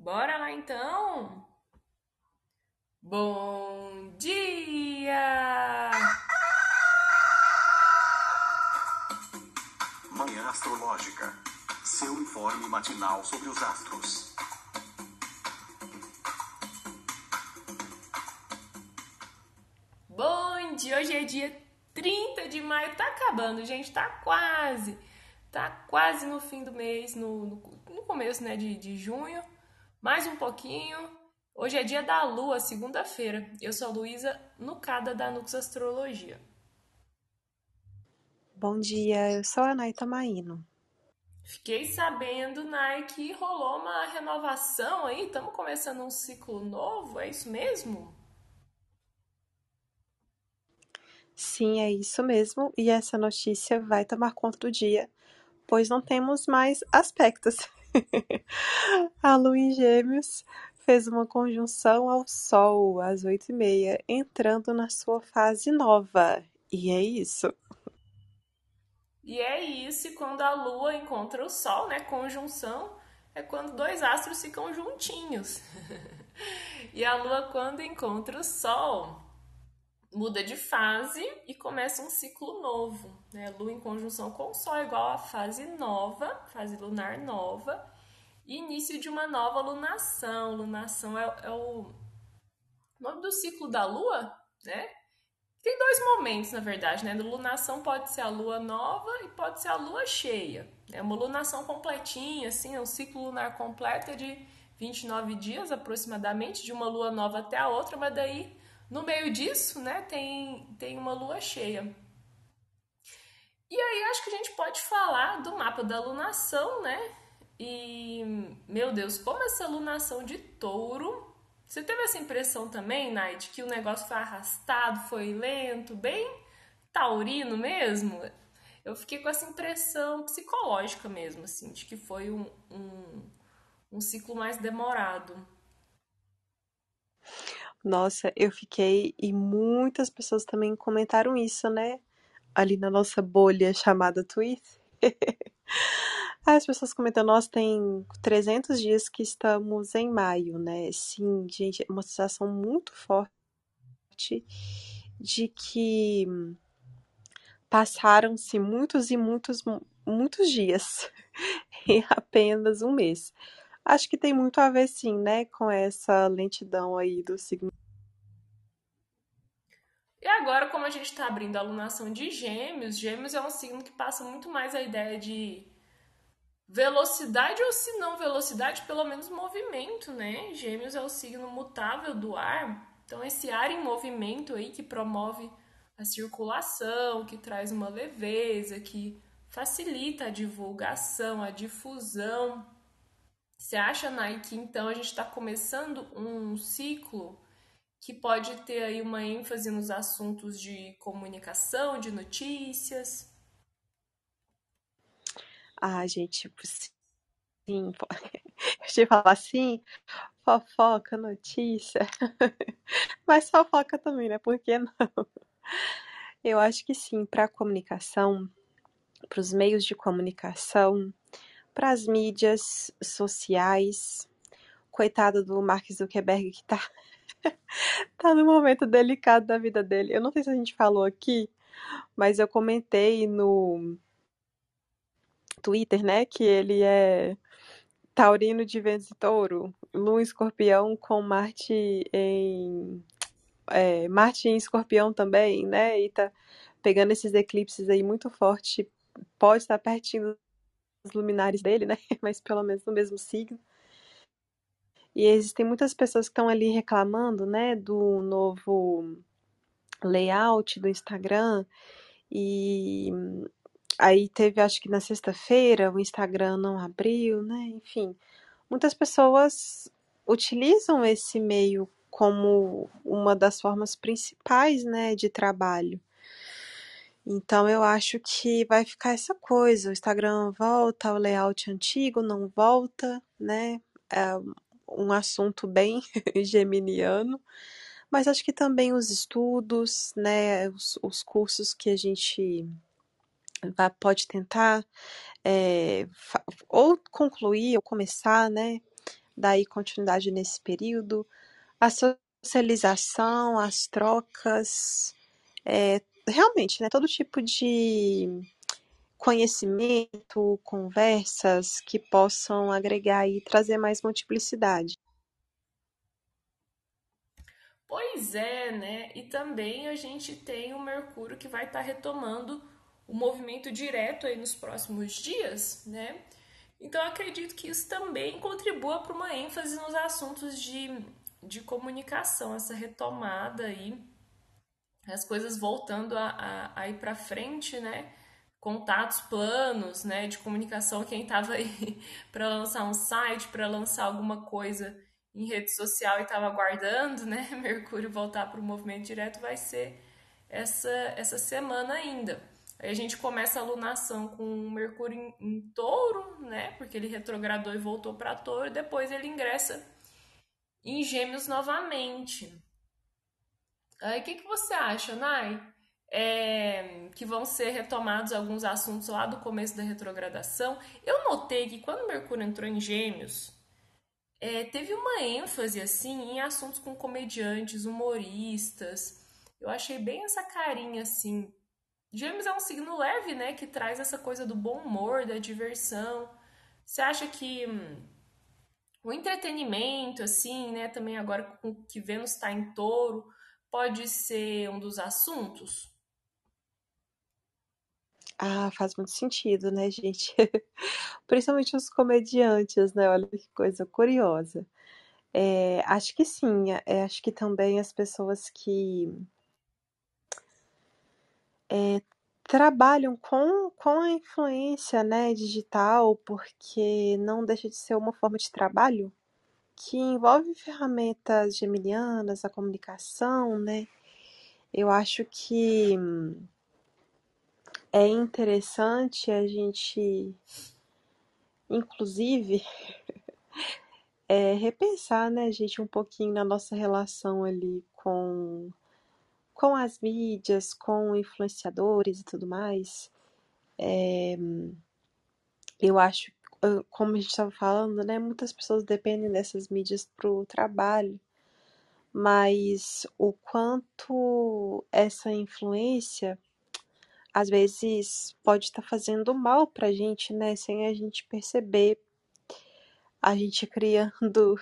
Bora lá então? Bom dia! Manhã Astrológica. Seu informe matinal sobre os astros. Bom dia! Hoje é dia 30 de maio, tá acabando, gente, tá quase. Tá quase no fim do mês, no começo, né, de junho. Mais um pouquinho. Hoje é dia da Lua, segunda-feira. Eu sou a Luísa Nucada da Nux Astrologia. Bom dia, eu sou a Naita Maíno. Fiquei sabendo, Nai, que rolou uma renovação aí. Estamos começando um ciclo novo, é isso mesmo? Sim, é isso mesmo, e essa notícia vai tomar conta do dia, pois não temos mais aspectos. A Lua em Gêmeos fez uma conjunção ao Sol às 8h30, entrando na sua fase nova. E é isso. E é isso, e quando a Lua encontra o Sol, né? Conjunção é quando dois astros ficam juntinhos. E a Lua, quando encontra o Sol, muda de fase e começa um ciclo novo. Né? Lua em conjunção com o Sol é igual a fase nova, fase lunar nova, e início de uma nova lunação. Lunação é o nome do ciclo da Lua, né? Tem dois momentos, na verdade, né? Lunação pode ser a lua nova e pode ser a lua cheia. É uma lunação completinha, assim, é um ciclo lunar completo é de 29 dias aproximadamente, de uma lua nova até a outra, mas daí, no meio disso, né, tem uma lua cheia. E aí acho que a gente pode falar do mapa da lunação, né? E, meu Deus, como essa lunação de touro. Você teve essa impressão também, Night, que o negócio foi arrastado, foi lento, bem taurino mesmo? Eu fiquei com essa impressão psicológica mesmo, assim, de que foi um ciclo mais demorado. Nossa, eu fiquei, e muitas pessoas também comentaram isso, né? Ali na nossa bolha chamada Twitter. As pessoas comentando, nós tem 300 dias que estamos em maio, né? Sim, gente, é uma sensação muito forte de que passaram-se muitos e muitos dias em apenas um mês. Acho que tem muito a ver, sim, né, com essa lentidão aí do signo. E agora, como a gente está abrindo a alunação de Gêmeos, Gêmeos é um signo que passa muito mais a ideia de velocidade, ou se não velocidade, pelo menos movimento, né? Gêmeos é o signo mutável do ar. Então, esse ar em movimento aí que promove a circulação, que traz uma leveza, que facilita a divulgação, a difusão. Você acha, Nike, então a gente está começando um ciclo que pode ter aí uma ênfase nos assuntos de comunicação, de notícias? Ah, gente, tipo, sim, eu ia falar assim, fofoca, notícia, mas fofoca também, né? Por que não? Eu acho que sim, para a comunicação, para os meios de comunicação, para as mídias sociais. Coitado do Mark Zuckerberg que tá num momento delicado da vida dele. Eu não sei se a gente falou aqui, mas eu comentei no Twitter, né, que ele é taurino de Vênus e Touro, Lua em Escorpião com Marte em Escorpião também, né, e tá pegando esses eclipses aí muito forte, pode estar pertinho dos luminares dele, né, mas pelo menos no mesmo signo. E existem muitas pessoas que estão ali reclamando, né, do novo layout do Instagram. E aí teve, acho que na sexta-feira, o Instagram não abriu, né? Enfim, muitas pessoas utilizam esse meio como uma das formas principais, né, de trabalho. Então eu acho que vai ficar essa coisa, o Instagram volta ao layout antigo, não volta, né? É um assunto bem geminiano, mas acho que também os estudos, né, os cursos que a gente pode tentar ou concluir ou começar, né, daí continuidade nesse período, a socialização, as trocas, realmente, né, todo tipo de conhecimento, conversas que possam agregar e trazer mais multiplicidade. Pois é, né? E também a gente tem o Mercúrio que vai estar retomando o movimento direto aí nos próximos dias, né? Então eu acredito que isso também contribua para uma ênfase nos assuntos de comunicação, essa retomada aí, as coisas voltando a ir para frente, né? Contatos, planos, né, de comunicação, quem estava aí para lançar um site, para lançar alguma coisa em rede social e estava aguardando, né, Mercúrio voltar para o movimento direto, vai ser essa semana ainda. Aí a gente começa a alunação com Mercúrio em Touro, né, porque ele retrogradou e voltou para Touro, e depois ele ingressa em Gêmeos novamente. Aí, o que você acha, Nai? Que vão ser retomados alguns assuntos lá do começo da retrogradação. Eu notei que quando Mercúrio entrou em Gêmeos, teve uma ênfase assim em assuntos com comediantes, humoristas. Eu achei bem essa carinha assim. Gêmeos é um signo leve, né, que traz essa coisa do bom humor, da diversão. Você acha que o entretenimento, assim, né, também agora que Vênus está em Touro, pode ser um dos assuntos? Ah, faz muito sentido, né, gente? Principalmente os comediantes, né? Olha que coisa curiosa. Acho que sim, acho que também as pessoas que trabalham com a influência, né, digital, porque não deixa de ser uma forma de trabalho que envolve ferramentas geminianas, a comunicação, né? Eu acho que é interessante a gente, inclusive, repensar, né, gente, um pouquinho na nossa relação ali com as mídias, com influenciadores e tudo mais. Eu acho, como a gente estava falando, né, muitas pessoas dependem dessas mídias para o trabalho, mas o quanto essa influência às vezes pode estar fazendo mal pra gente, né, sem a gente perceber, a gente criando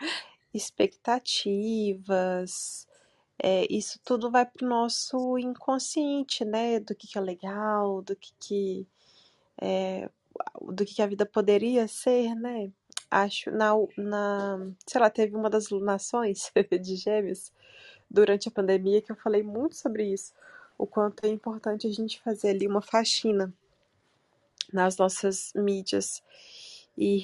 expectativas. Isso tudo vai pro nosso inconsciente, né? Do que é legal, do que a vida poderia ser, né? Acho, sei lá, teve uma das lunações de Gêmeos durante a pandemia que eu falei muito sobre isso. O quanto é importante a gente fazer ali uma faxina nas nossas mídias e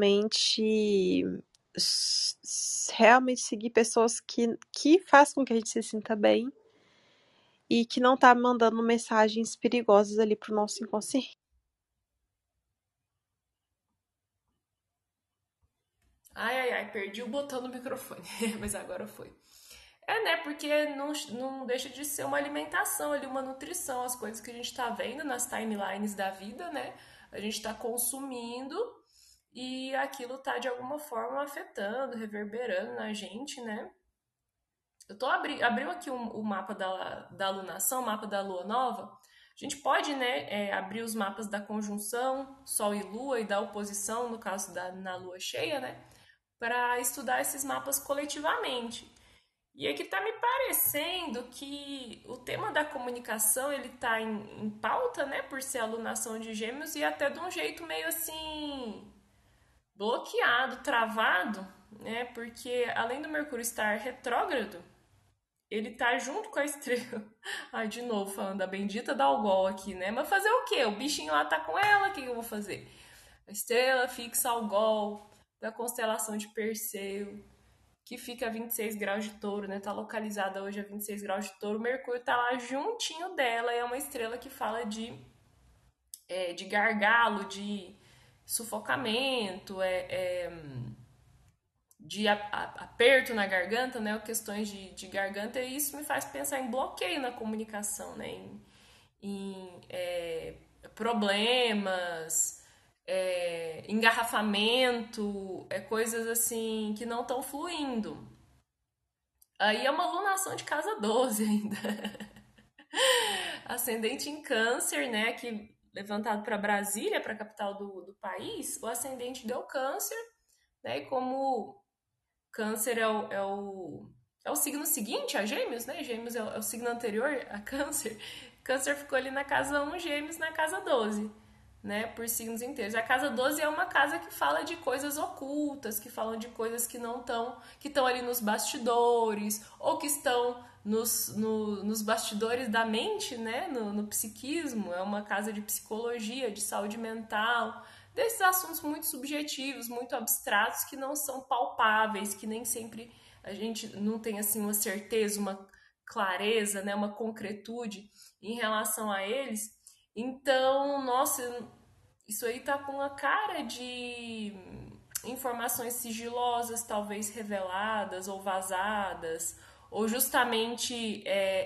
realmente seguir pessoas que fazem com que a gente se sinta bem e que não tá mandando mensagens perigosas ali pro nosso inconsciente. Ai, ai, ai, perdi o botão do microfone, mas agora foi. Né? Porque não deixa de ser uma alimentação ali, uma nutrição, as coisas que a gente tá vendo nas timelines da vida, né? A gente tá consumindo e aquilo tá de alguma forma afetando, reverberando na gente, né? Eu tô abriu aqui o mapa da alunação, o mapa da lua nova. A gente pode, né, abrir os mapas da conjunção, Sol e Lua, e da oposição, no caso na lua cheia, né? Para estudar esses mapas coletivamente. E aqui tá me parecendo que o tema da comunicação ele tá em pauta, né, por ser alunação de Gêmeos e até de um jeito meio assim bloqueado, travado, né? Porque além do Mercúrio estar retrógrado, ele tá junto com a estrela. Ai, de novo falando da bendita da Algol aqui, né? Mas fazer o quê? O bichinho lá tá com ela, o que eu vou fazer? A estrela fixa Algol da constelação de Perseu, que fica a 26 graus de Touro, né? Tá localizada hoje a 26 graus de Touro. Mercúrio tá lá juntinho dela, é uma estrela que fala de gargalo, de sufocamento, de aperto na garganta, né? Questões de garganta, e isso me faz pensar em bloqueio na comunicação, né? Em problemas, engarrafamento, coisas assim que não estão fluindo. Aí é uma alunação de casa 12 ainda. Ascendente em câncer, né? Que levantado para Brasília, para a capital do país, o ascendente deu câncer, né? E como câncer é o signo seguinte a gêmeos, né? Gêmeos é o signo anterior a câncer. Câncer ficou ali na casa 1, gêmeos na casa 12, né? Por signos inteiros. A casa 12 é uma casa que fala de coisas ocultas, que falam de coisas que não estão, que estão ali nos bastidores, ou que estão nos bastidores da mente, né? No psiquismo. É uma casa de psicologia, de saúde mental, desses assuntos muito subjetivos, muito abstratos, que não são palpáveis, que nem sempre a gente não tem assim uma certeza, uma clareza, né, uma concretude em relação a eles. Então, nossa, isso aí tá com a cara de informações sigilosas, talvez reveladas ou vazadas, ou justamente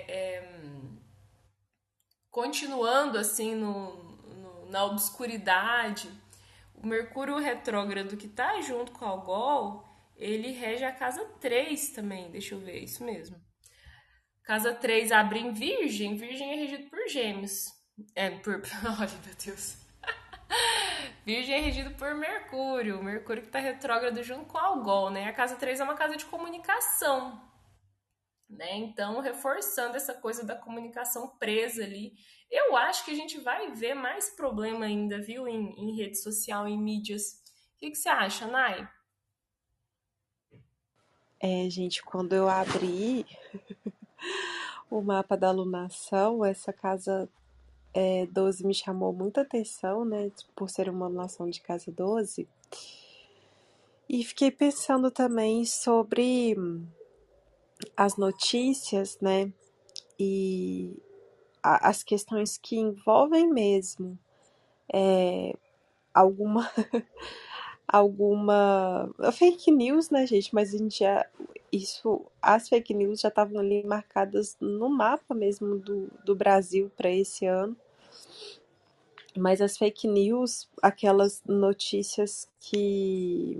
continuando assim na obscuridade. O Mercúrio retrógrado que tá junto com o Algol, ele rege a casa 3 também, deixa eu ver, isso mesmo. Casa 3 abre em Virgem, Virgem é regido por Gêmeos. Olha, meu Deus. Virgem é regido por Mercúrio, Mercúrio que tá retrógrado junto com o Algol, né? A casa 3 é uma casa de comunicação, né? Então, reforçando essa coisa da comunicação presa ali. Eu acho que a gente vai ver mais problema ainda, viu, em rede social, em mídias. O que você acha, Nai? Gente, quando eu abri o mapa da alunação, essa casa 12 me chamou muita atenção, né? Por ser uma alunação de casa 12. E fiquei pensando também sobre as notícias, né? E as questões que envolvem mesmo alguma alguma fake news, né, gente? Mas a gente as fake news já estavam ali marcadas no mapa mesmo do Brasil para esse ano. Mas as fake news, aquelas notícias que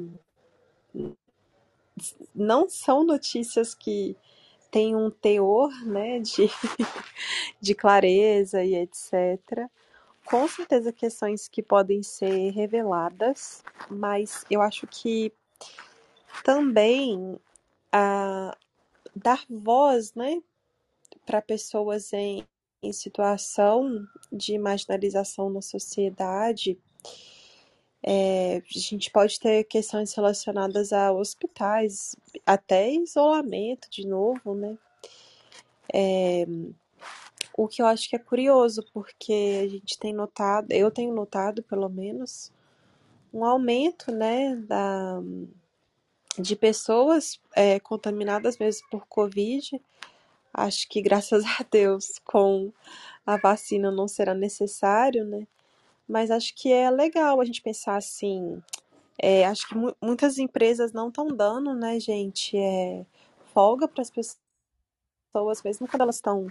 não são notícias que têm um teor, né, de clareza e etc. Com certeza questões que podem ser reveladas, mas eu acho que também dar voz, né, para pessoas em situação de marginalização na sociedade. A gente pode ter questões relacionadas a hospitais, até isolamento de novo, né? O que eu acho que é curioso, porque a gente tem notado, eu tenho notado pelo menos, um aumento, né, de pessoas contaminadas mesmo por Covid. Acho que, graças a Deus, com a vacina não será necessário, né? Mas acho que é legal a gente pensar assim. Acho que muitas empresas não estão dando, né, gente, folga para as pessoas, mesmo quando elas estão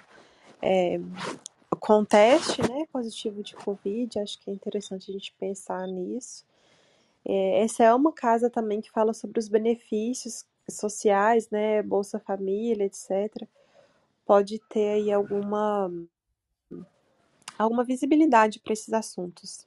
com teste, né, positivo de Covid. Acho que é interessante a gente pensar nisso. Essa é uma casa também que fala sobre os benefícios sociais, né, Bolsa Família, etc. Pode ter aí alguma visibilidade para esses assuntos.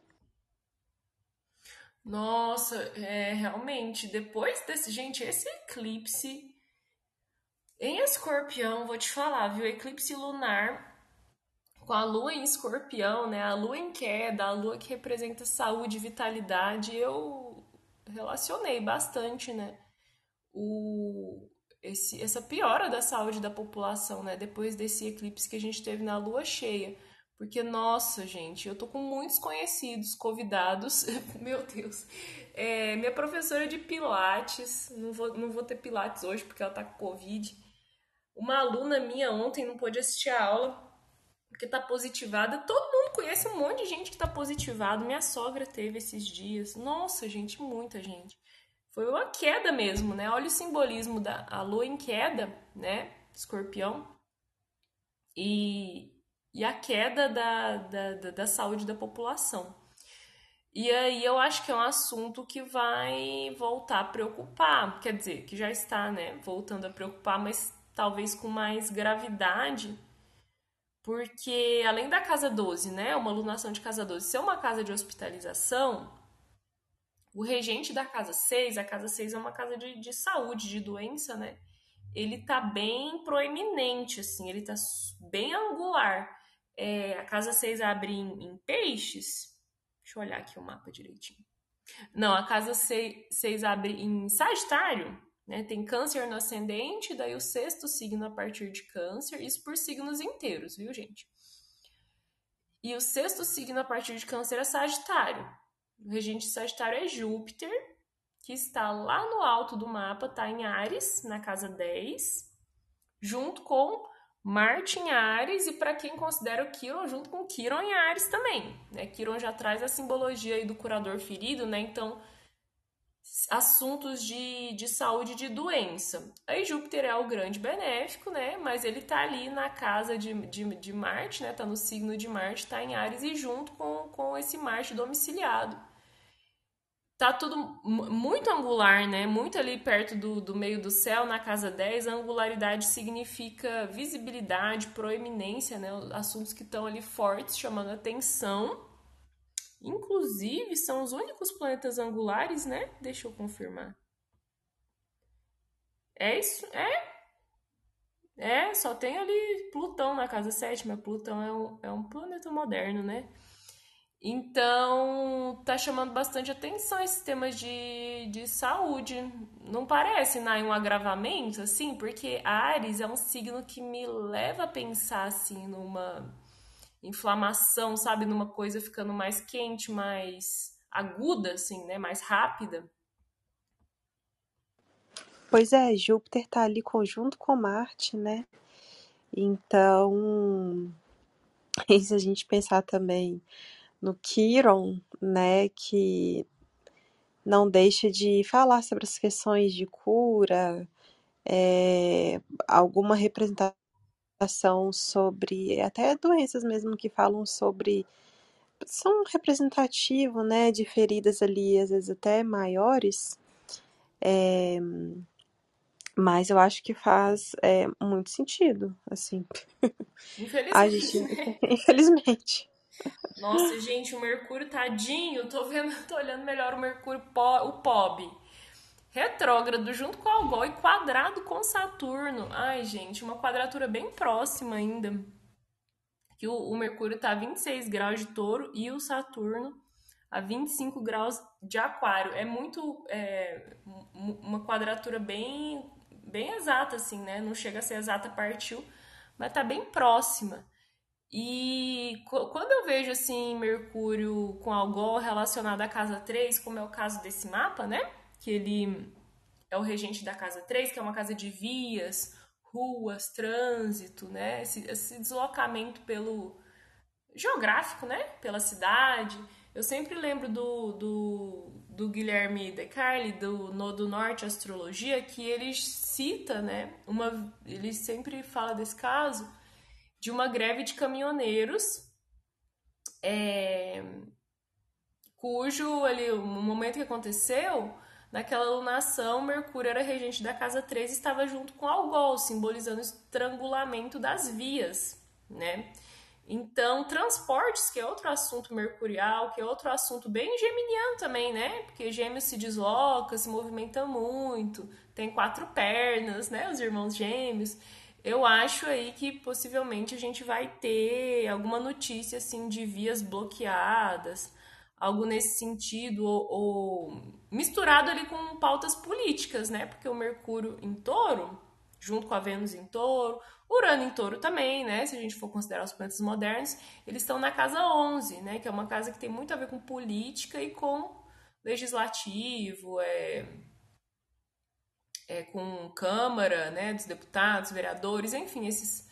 Nossa, realmente, depois desse, gente, esse eclipse em Escorpião, vou te falar, viu? Eclipse lunar com a lua em Escorpião, né? A lua em queda, a lua que representa saúde e vitalidade, eu relacionei bastante, né? Essa piora da saúde da população, né? Depois desse eclipse que a gente teve na lua cheia. Porque, nossa, gente, eu tô com muitos conhecidos convidados. Meu Deus. Minha professora de Pilates, não vou ter Pilates hoje porque ela tá com Covid. Uma aluna minha ontem não pôde assistir a aula porque tá positivada. Todo mundo conhece um monte de gente que tá positivado. Minha sogra teve esses dias. Nossa, gente, muita gente. Foi uma queda mesmo, né? Olha o simbolismo da a lua em queda, né? Escorpião. E a queda da saúde da população. E aí eu acho que é um assunto que vai voltar a preocupar, quer dizer, que já está, né, voltando a preocupar, mas talvez com mais gravidade, porque além da casa 12, né, uma alunação de casa 12 ser uma casa de hospitalização, o regente da casa 6, a casa 6 é uma casa de saúde, de doença, né? Ele tá bem proeminente, assim, ele tá bem angular. A casa 6 abre em peixes. Deixa eu olhar aqui o mapa direitinho. Não, a casa 6 abre em Sagitário, né? Tem Câncer no ascendente, daí o sexto signo a partir de Câncer, isso por signos inteiros, viu, gente? E o sexto signo a partir de Câncer é Sagitário. O regente de Sagitário é Júpiter, que está lá no alto do mapa, está em Áries, na casa 10, junto com Marte em Áries e para quem considera o Quiron, junto com Quiron em Áries também. Né? Quiron já traz a simbologia aí do curador ferido, né? Então, assuntos de saúde e de doença. Aí Júpiter é o grande benéfico, né? Mas ele tá ali na casa de Marte, né? Tá no signo de Marte, tá em Áries e junto com esse Marte domiciliado. Tá tudo muito angular, né? Muito ali perto do meio do céu, na casa 10. A angularidade significa visibilidade, proeminência, né? Assuntos que estão ali fortes, chamando atenção. Inclusive, são os únicos planetas angulares, né? Deixa eu confirmar. É isso? Só tem ali Plutão na casa 7, mas Plutão é um planeta moderno, né? Então, tá chamando bastante atenção esses temas de saúde. Não parece, né, um agravamento, assim? Porque Áries é um signo que me leva a pensar, assim, numa inflamação, sabe? Numa coisa ficando mais quente, mais aguda, assim, né? Mais rápida. Pois é, Júpiter tá ali conjunto com Marte, né? Então, e se a gente pensar também no Quiron, né, que não deixa de falar sobre as questões de cura, alguma representação sobre até doenças mesmo que falam sobre são representativo, né, de feridas ali às vezes até maiores, mas eu acho que faz muito sentido, assim. A gente, Infelizmente, né? infelizmente. Nossa, gente, o Mercúrio, tadinho. Tô vendo, tô olhando melhor o Mercúrio, o Pob. Retrógrado junto com o Algol e quadrado com Saturno. Ai, gente, uma quadratura bem próxima ainda. Que o Mercúrio tá a 26 graus de touro e o Saturno a 25 graus de aquário. É muito. Uma quadratura bem exata, assim, né? Não chega a ser exata, partiu, mas tá bem próxima. E quando eu vejo assim Mercúrio com Algol relacionado à casa 3, como é o caso desse mapa, né? Que ele é o regente da casa 3, que é uma casa de vias, ruas, trânsito, né? Esse deslocamento pelo geográfico, né? Pela cidade. Eu sempre lembro do Guilherme De Carli, do Norte Astrologia, que ele cita, né? Ele sempre fala desse caso de uma greve de caminhoneiros, é, cujo ali, o momento que aconteceu, naquela alunação, Mercúrio era regente da casa 3 e estava junto com Algol, simbolizando o estrangulamento das vias, né? Então, transportes, que é outro assunto mercurial, que é outro assunto bem geminiano também, né? Porque Gêmeos se desloca, se movimenta muito, tem 4 pernas, né? Os irmãos gêmeos. Eu acho aí que possivelmente a gente vai ter alguma notícia assim de vias bloqueadas, algo nesse sentido, ou misturado ali com pautas políticas, né? Porque o Mercúrio em Touro, junto com a Vênus em Touro, Urano em Touro também, né? Se a gente for considerar os planetas modernos, eles estão na casa 11, né? Que é uma casa que tem muito a ver com política e com legislativo, com Câmara, né? Dos deputados, vereadores, enfim, esses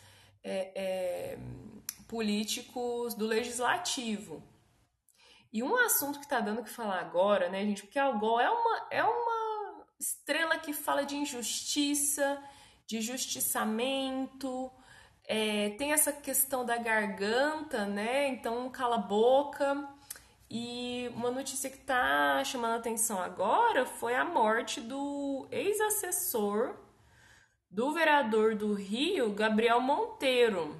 políticos do legislativo. E um assunto que tá dando que falar agora, né, gente? Porque Algol é uma estrela que fala de injustiça, de justiçamento, tem essa questão da garganta, né? Então cala a boca. E uma notícia que está chamando a atenção agora foi a morte do ex-assessor do vereador do Rio, Gabriel Monteiro.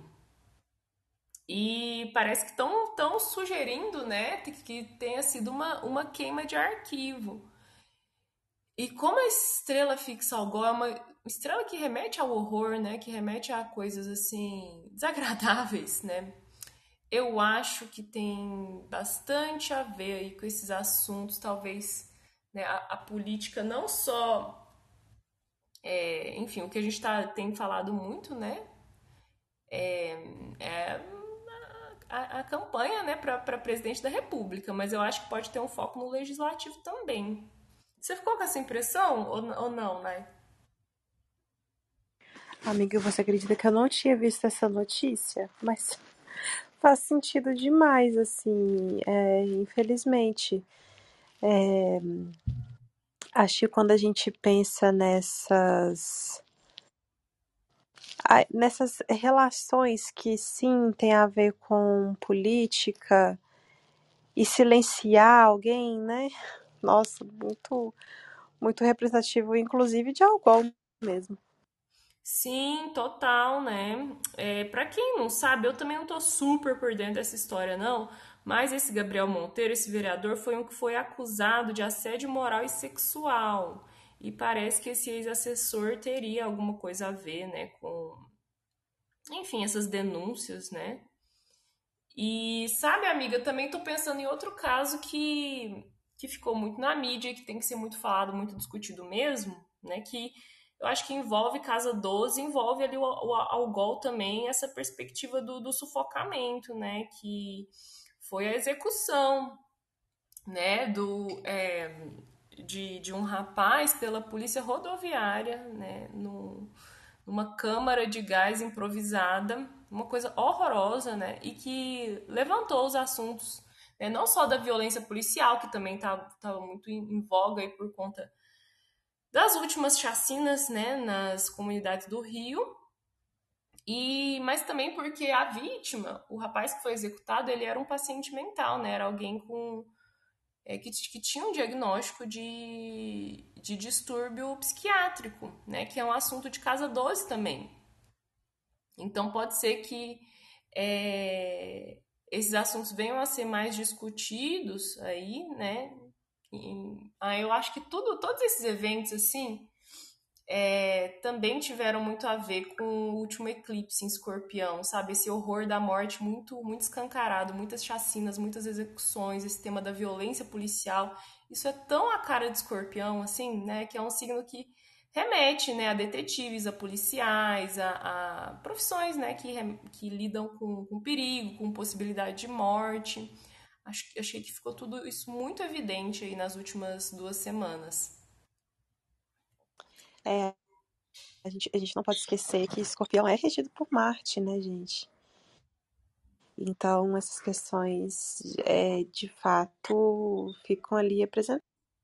E parece que estão sugerindo, né, que tenha sido uma queima de arquivo. E como a estrela fixa ao Gol é uma estrela que remete ao horror, né, que remete a coisas assim desagradáveis, né? Eu acho que tem bastante a ver aí com esses assuntos, talvez, né, a política não só, enfim, o que a gente tem falado muito, né, é a campanha, né, para presidente da República, mas eu acho que pode ter um foco no legislativo também. Você ficou com essa impressão ou não, né? Amiga, você acredita que eu não tinha visto essa notícia? Mas faz sentido demais, assim, infelizmente. Acho que quando a gente pensa nessas relações que sim tem a ver com política e silenciar alguém, né? Nossa, muito, muito representativo, inclusive de algo mesmo. Sim, total, né? Para quem não sabe, eu também não tô super por dentro dessa história, não. Mas esse Gabriel Monteiro, esse vereador, foi um que foi acusado de assédio moral e sexual. E parece que esse ex-assessor teria alguma coisa a ver, né, com, enfim, essas denúncias, né? E sabe, amiga, eu também tô pensando em outro caso que ficou muito na mídia, e que tem que ser muito falado, muito discutido mesmo, né? Que eu acho que envolve Casa 12, envolve ali o Algol também, essa perspectiva do sufocamento, né? Que foi a execução, né? De um rapaz pela polícia rodoviária, né? Numa câmara de gás improvisada, uma coisa horrorosa, né? E que levantou os assuntos, né? Não só da violência policial, que também estava muito em voga aí por conta das últimas chacinas, né, nas comunidades do Rio, mas também porque a vítima, o rapaz que foi executado, ele era um paciente mental, né? Era alguém que tinha um diagnóstico de distúrbio psiquiátrico, né? Que é um assunto de Casa 12 também. Então pode ser que é, esses assuntos venham a ser mais discutidos aí, né? Eu acho que todos esses eventos assim também tiveram muito a ver com o último eclipse em Escorpião, sabe? Esse horror da morte muito, muito escancarado, muitas chacinas, muitas execuções, esse tema da violência policial. Isso é tão a cara de Escorpião, assim, né? Que é um signo que remete, né, a detetives, a policiais, a profissões, né, que lidam com perigo, com possibilidade de morte. Achei que ficou tudo isso muito evidente aí nas últimas 2 semanas. É, a gente não pode esquecer que Escorpião é regido por Marte, né, gente? Então, essas questões, de fato, ficam ali apresentadas.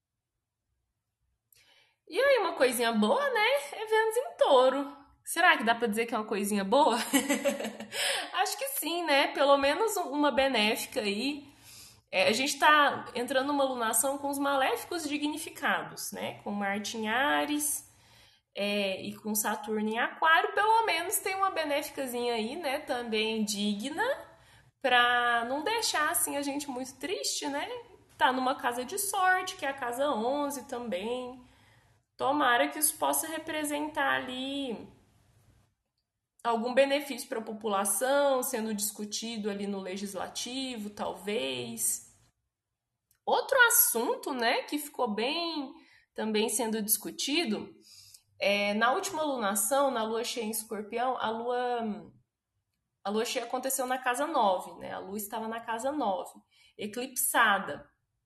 E aí, uma coisinha boa, né? É Vênus em Touro. Será que dá pra dizer que é uma coisinha boa? Acho que sim, né? Pelo menos uma benéfica aí. A gente tá entrando numa lunação com os maléficos dignificados, né? Com Marte em Áries, e com Saturno em Aquário, pelo menos tem uma benéficazinha aí, né? Também digna, pra não deixar assim a gente muito triste, né? Tá numa casa de sorte, que é a casa 11 também. Tomara que isso possa representar ali algum benefício para a população, sendo discutido ali no legislativo, talvez. Outro assunto, né, que ficou bem também sendo discutido, na última lunação, na lua cheia em Escorpião, a lua cheia aconteceu na casa 9, né? A lua estava na casa 9, eclipsada.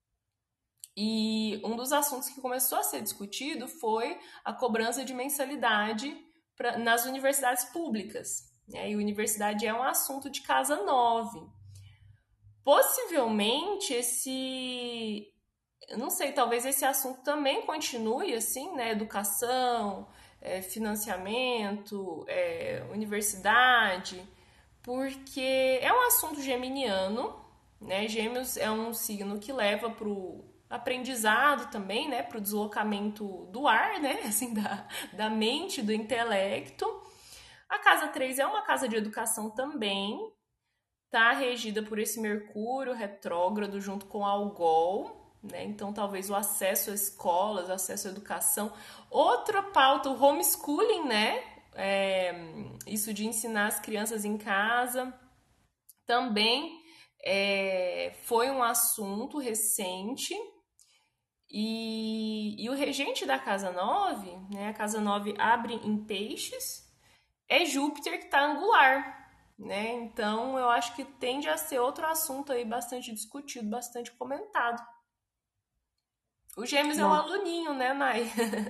E um dos assuntos que começou a ser discutido foi a cobrança de mensalidade nas universidades públicas, né? E universidade é um assunto de casa 9. Possivelmente eu não sei, talvez esse assunto também continue assim, né? Educação, financiamento, universidade, porque é um assunto geminiano, né? Gêmeos é um signo que leva pro aprendizado também, né? Pro deslocamento do ar, né? Assim, da mente, do intelecto. A casa 3 é uma casa de educação também, tá regida por esse Mercúrio retrógrado junto com Algol, né? Então talvez o acesso às escolas, acesso à educação. Outra pauta, o homeschooling, né? Isso de ensinar as crianças em casa também foi um assunto recente. E o regente da casa 9, né? A casa 9 abre em peixes, é Júpiter que está angular, né? Então eu acho que tende a ser outro assunto aí bastante discutido, bastante comentado. O Gêmeos é um Não. aluninho, né, Nai?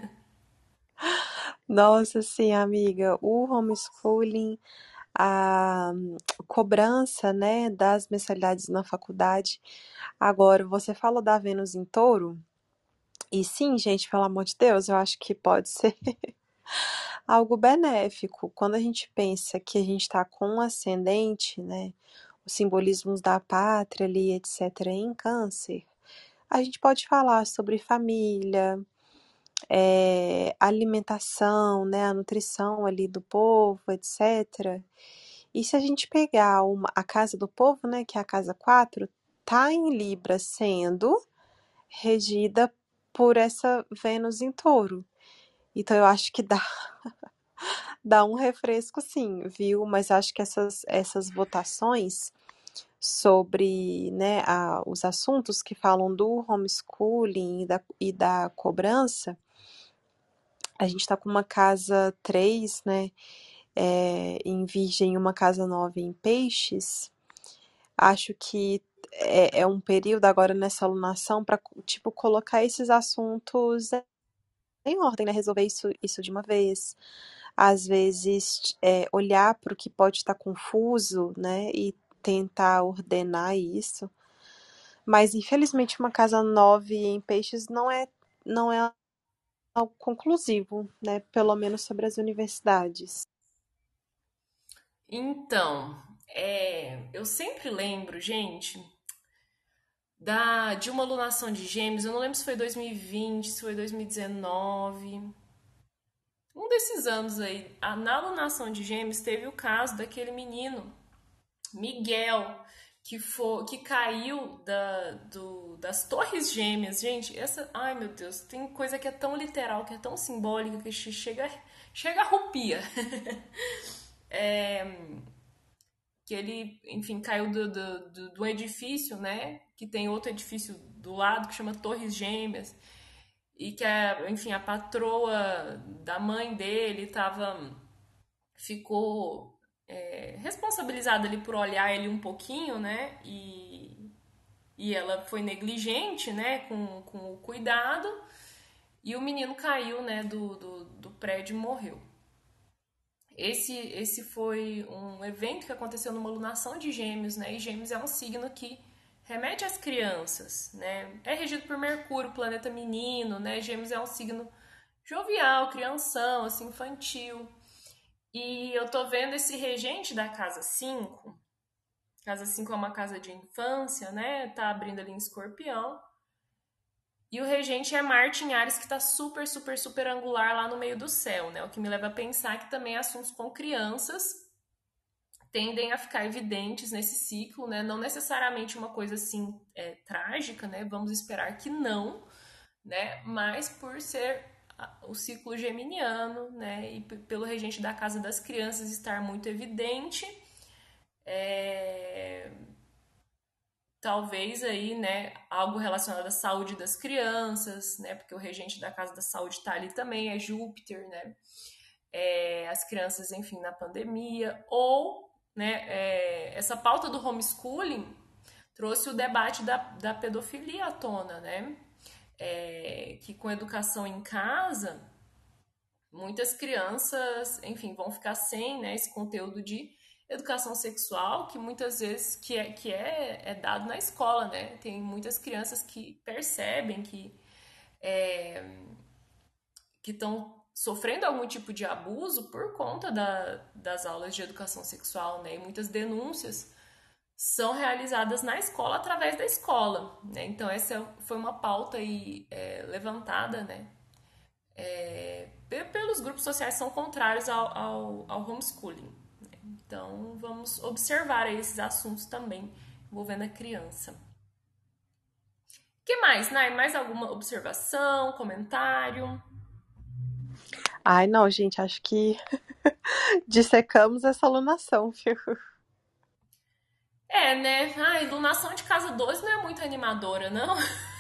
Nossa, sim, amiga, o homeschooling, a cobrança, né, das mensalidades na faculdade. Agora, você falou da Vênus em Touro, e sim, gente, pelo amor de Deus, eu acho que pode ser algo benéfico. Quando a gente pensa que a gente está com um ascendente, né, os simbolismos da pátria ali, etc., em Câncer, a gente pode falar sobre família, alimentação, né, a nutrição ali do povo, etc. E se a gente pegar a casa do povo, né, que é a casa 4, tá em Libra sendo regida por essa Vênus em Touro. Então eu acho que dá um refresco sim, viu? Mas acho que essas votações sobre, né, os assuntos que falam do homeschooling e da cobrança, a gente está com uma casa 3, né, em Virgem e uma casa 9 em Peixes. Acho que é um período agora nessa alunação para, tipo, colocar esses assuntos em ordem, né? Resolver isso de uma vez. Às vezes, olhar para o que pode estar confuso, né? E tentar ordenar isso. Mas, infelizmente, uma casa 9 em Peixes não é algo conclusivo, né? Pelo menos sobre as universidades. Então, eu sempre lembro, gente, de uma alunação de Gêmeos. Eu não lembro se foi 2020, se foi 2019. Um desses anos aí, na alunação de Gêmeos, teve o caso daquele menino, Miguel, que caiu das Torres Gêmeas. Gente, ai meu Deus, tem coisa que é tão literal, que é tão simbólica, que chega a arrupia. Que ele, enfim, caiu do edifício, né? Que tem outro edifício do lado que chama Torres Gêmeas. E que, enfim, a patroa da mãe dele ficou responsabilizada ali por olhar ele um pouquinho, né? E ela foi negligente, né? Com o cuidado. E o menino caiu, né? Do prédio e morreu. Esse foi um evento que aconteceu numa lunação de Gêmeos, né? E Gêmeos é um signo que remete às crianças, né? É regido por Mercúrio, planeta menino, né? Gêmeos é um signo jovial, crianção, assim, infantil. E eu tô vendo esse regente da casa 5. Casa 5 é uma casa de infância, né? Tá abrindo ali em Escorpião. E o regente é Marte em Ares, que tá super, super, super angular lá no meio do céu, né? O que me leva a pensar que também assuntos com crianças tendem a ficar evidentes nesse ciclo, né? Não necessariamente uma coisa assim trágica, né? Vamos esperar que não, né? Mas por ser o ciclo geminiano, né? E pelo regente da casa das crianças estar muito evidente, é, talvez aí, né? Algo relacionado à saúde das crianças, né? Porque o regente da casa da saúde está ali também, é Júpiter, né? As crianças, enfim, na pandemia, ou, né, essa pauta do homeschooling trouxe o debate da pedofilia à tona, né? Que com educação em casa, muitas crianças, enfim, vão ficar sem, né, esse conteúdo de educação sexual que muitas vezes é dado na escola, né? Tem muitas crianças que percebem que estão sofrendo algum tipo de abuso por conta das aulas de educação sexual, né? E muitas denúncias são realizadas na escola através da escola, né? Então essa foi uma pauta aí levantada, né? Pelos grupos sociais que são contrários ao homeschooling. Né? Então vamos observar aí esses assuntos também envolvendo a criança. O que mais, Nai? Mais alguma observação, comentário? Ai, não, gente, acho que dissecamos essa alunação, viu? É, né? A iluminação de casa 12 não é muito animadora, não?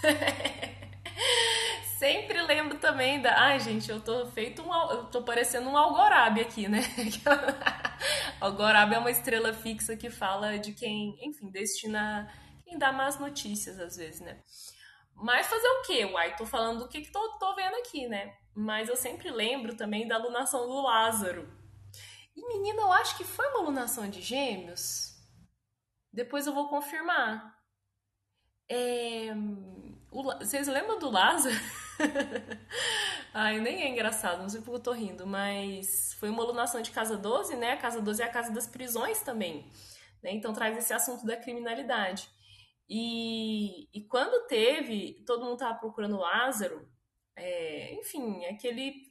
Sempre lembro também da. Ai, gente, eu tô feito um. Eu tô parecendo um Algorabe aqui, né? Algorabe é uma estrela fixa que fala de quem, enfim, destina. Quem dá más notícias às vezes, né? Mas fazer o quê? Uai, tô falando do que tô vendo aqui, né? Mas eu sempre lembro também da alunação do Lázaro. E menina, eu acho que foi uma alunação de gêmeos. Depois eu vou confirmar. É, vocês lembram do Lázaro? Ai, nem é engraçado, não sei porque eu tô rindo, mas foi uma alunação de Casa 12, né? A Casa 12 é a casa das prisões também, né? Então traz esse assunto da criminalidade. E quando teve, todo mundo tava procurando o Lázaro, enfim, aquele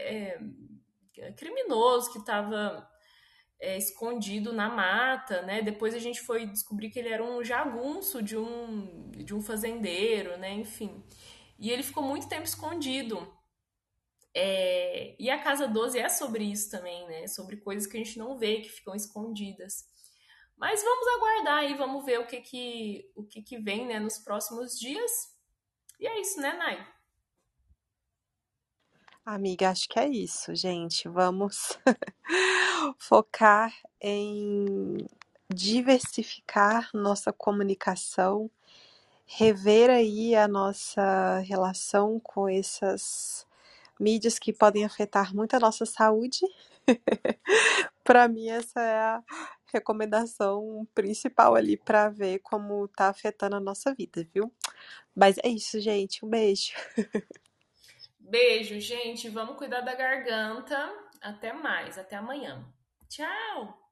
criminoso que tava escondido na mata, né? Depois a gente foi descobrir que ele era um jagunço de um fazendeiro, né? Enfim. E ele ficou muito tempo escondido. E a Casa 12 é sobre isso também, né? Sobre coisas que a gente não vê, que ficam escondidas. Mas vamos aguardar aí, vamos ver o que vem, né, nos próximos dias. E é isso, né, Nai? Amiga, acho que é isso, gente. Vamos focar em diversificar nossa comunicação, rever aí a nossa relação com essas mídias que podem afetar muito a nossa saúde. Para mim, essa é a recomendação principal ali para ver como tá afetando a nossa vida, viu? Mas é isso, gente. Um beijo. Beijo, gente. Vamos cuidar da garganta. Até mais, até amanhã. Tchau!